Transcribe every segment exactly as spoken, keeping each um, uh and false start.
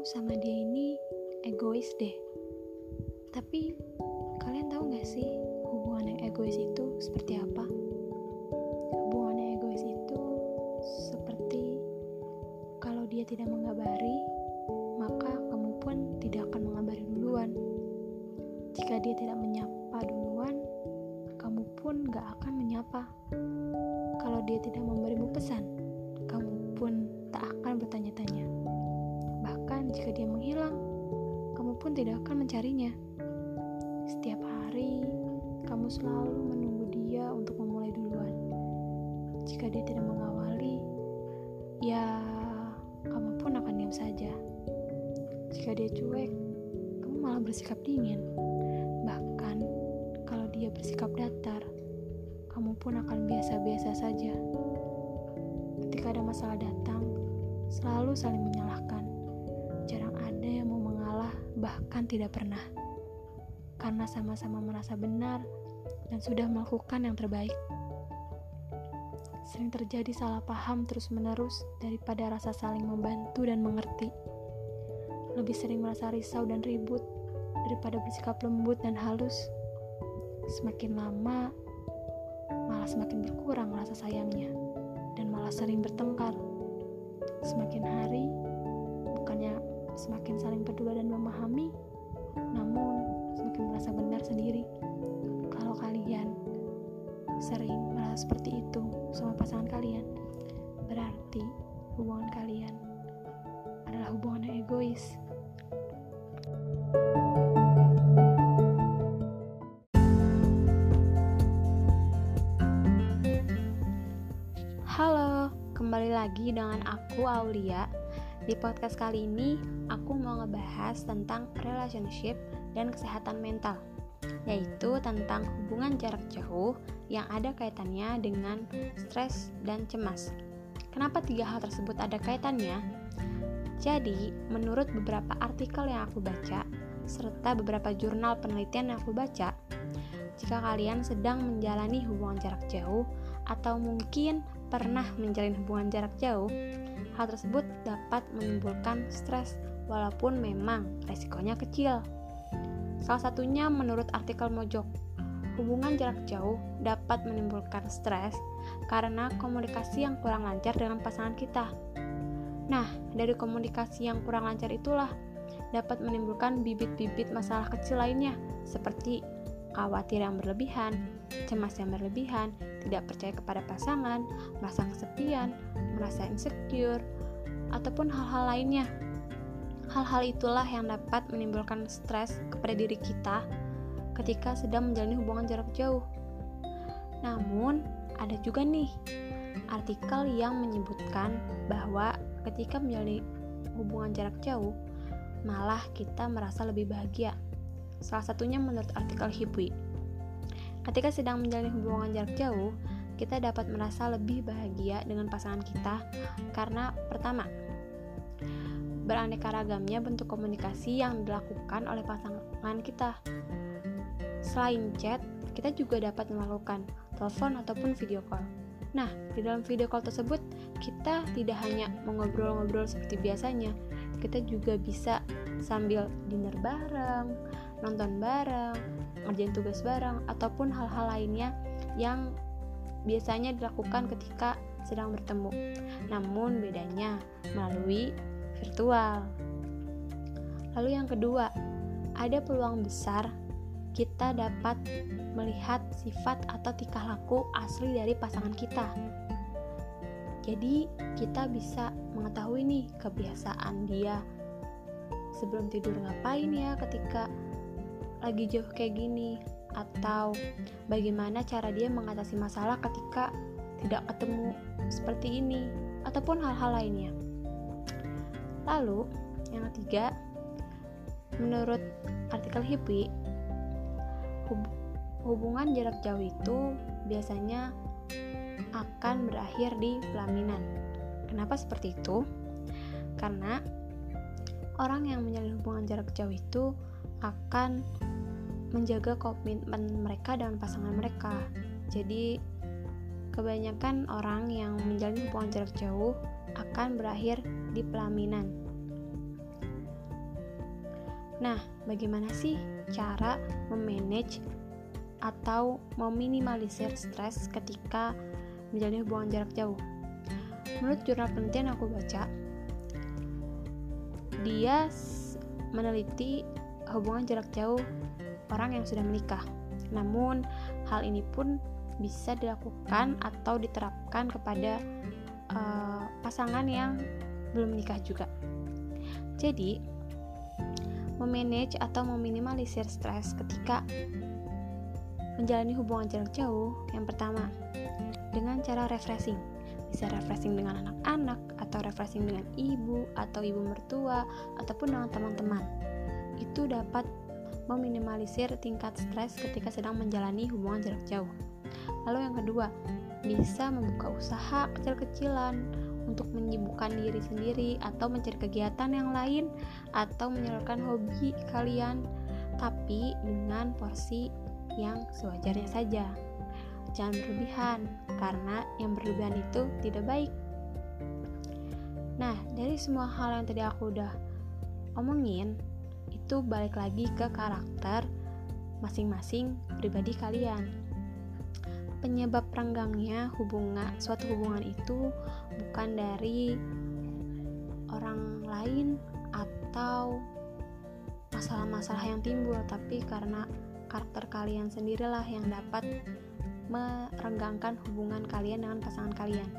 sama dia ini egois deh. Tapi kalian tahu gak sih hubungan yang egois itu seperti apa? Hubungan yang egois itu seperti kalau dia tidak mengabari, maka kamu pun tidak akan mengabari duluan. Jika dia tidak menyapa duluan, kamu pun gak akan menyapa. Kalau dia tidak memberimu pesan, kamu pun tak akan bertanya-tanya. Bahkan jika dia menghilang, kamu pun tidak akan mencarinya. Setiap hari, kamu selalu menunggu dia untuk memulai duluan. Jika dia tidak mengawali, ya kamu pun akan diam saja. Jika dia cuek, kamu malah bersikap dingin. Bahkan kalau dia bersikap datar, kamu pun akan biasa-biasa saja. Ketika ada masalah datang, selalu saling menyalahkan. Jarang ada yang mau mengalah, bahkan tidak pernah. Karena sama-sama merasa benar dan sudah melakukan yang terbaik. Sering terjadi salah paham terus-menerus daripada rasa saling membantu dan mengerti. Lebih sering merasa risau dan ribut daripada bersikap lembut dan halus. Semakin lama, malah semakin berkurang rasa sayangnya dan malah sering bertengkar. Semakin hari, bukannya semakin saling peduli dan memahami, namun semakin merasa benar sendiri. Kalau kalian sering merasa seperti itu sama pasangan kalian, berarti hubungan kalian adalah hubungan yang egois. Halo, kembali lagi dengan aku Aulia. Di podcast kali ini aku mau ngebahas tentang relationship dan kesehatan mental, yaitu tentang hubungan jarak jauh yang ada kaitannya dengan stres dan cemas. Kenapa tiga hal tersebut ada kaitannya? Jadi, menurut beberapa artikel yang aku baca, serta beberapa jurnal penelitian yang aku baca, jika kalian sedang menjalani hubungan jarak jauh atau mungkin pernah menjalin hubungan jarak jauh, hal tersebut dapat menimbulkan stres walaupun memang resikonya kecil. Salah satunya menurut artikel Mojok, hubungan jarak jauh dapat menimbulkan stres karena komunikasi yang kurang lancar dengan pasangan kita. Nah, dari komunikasi yang kurang lancar itulah dapat menimbulkan bibit-bibit masalah kecil lainnya seperti khawatir yang berlebihan, cemas yang berlebihan, tidak percaya kepada pasangan, merasa kesepian, merasa insecure, ataupun hal-hal lainnya. Hal-hal itulah yang dapat menimbulkan stres kepada diri kita ketika sedang menjalani hubungan jarak jauh. Namun, ada juga nih artikel yang menyebutkan bahwa ketika menjalani hubungan jarak jauh, malah kita merasa lebih bahagia. Salah satunya menurut artikel Hipwi. Ketika sedang menjalani hubungan jarak jauh, kita dapat merasa lebih bahagia dengan pasangan kita karena pertama, beraneka ragamnya bentuk komunikasi yang dilakukan oleh pasangan kita. Selain chat, kita juga dapat melakukan telepon ataupun video call. Nah, di dalam video call tersebut, kita tidak hanya mengobrol-ngobrol seperti biasanya, kita juga bisa sambil dinner bareng, nonton bareng, ngerjain tugas bareng, ataupun hal-hal lainnya yang biasanya dilakukan ketika sedang bertemu. Namun bedanya melalui virtual. Lalu yang kedua, ada peluang besar kita dapat melihat sifat atau tingkah laku asli dari pasangan kita. Jadi kita bisa mengetahui nih kebiasaan dia sebelum tidur ngapain ya ketika lagi jauh kayak gini, atau bagaimana cara dia mengatasi masalah ketika tidak ketemu seperti ini, ataupun hal-hal lainnya. Lalu yang ketiga, menurut artikel Hipwi, hub- hubungan jarak jauh itu biasanya akan berakhir di pelaminan. Kenapa seperti itu? Karena orang yang menjalin hubungan jarak jauh itu akan menjaga komitmen mereka dengan pasangan mereka. Jadi kebanyakan orang yang menjalin hubungan jarak jauh akan berakhir di pelaminan. Nah, bagaimana sih cara memanage atau meminimalisir stres ketika menjalani hubungan jarak jauh? Menurut jurnal penelitian yang aku baca, dia meneliti hubungan jarak jauh orang yang sudah menikah. Namun, hal ini pun bisa dilakukan atau diterapkan kepada uh, pasangan yang belum menikah juga. Jadi, memanage atau meminimalisir stres ketika menjalani hubungan jarak jauh, yang pertama, dengan cara refreshing. Bisa refreshing dengan anak-anak, atau refreshing dengan ibu, atau ibu mertua, ataupun dengan teman-teman. Itu dapat meminimalisir tingkat stres ketika sedang menjalani hubungan jarak jauh. Lalu yang kedua, bisa membuka usaha kecil-kecilan untuk menyibukkan diri sendiri, atau mencari kegiatan yang lain, atau menyalurkan hobi kalian, tapi dengan porsi yang sewajarnya saja. Jangan berlebihan, karena yang berlebihan itu tidak baik. Nah, dari semua hal yang tadi aku udah omongin, itu balik lagi ke karakter masing-masing pribadi kalian. Penyebab renggangnya hubungan suatu hubungan itu bukan dari orang lain atau masalah-masalah yang timbul, tapi karena karakter kalian sendirilah yang dapat merenggangkan hubungan kalian dengan pasangan kalian.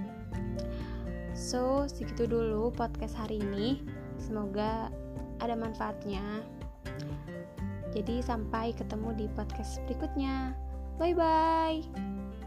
So, segitu dulu podcast hari ini. Semoga ada manfaatnya. Jadi sampai ketemu di podcast berikutnya. Bye bye.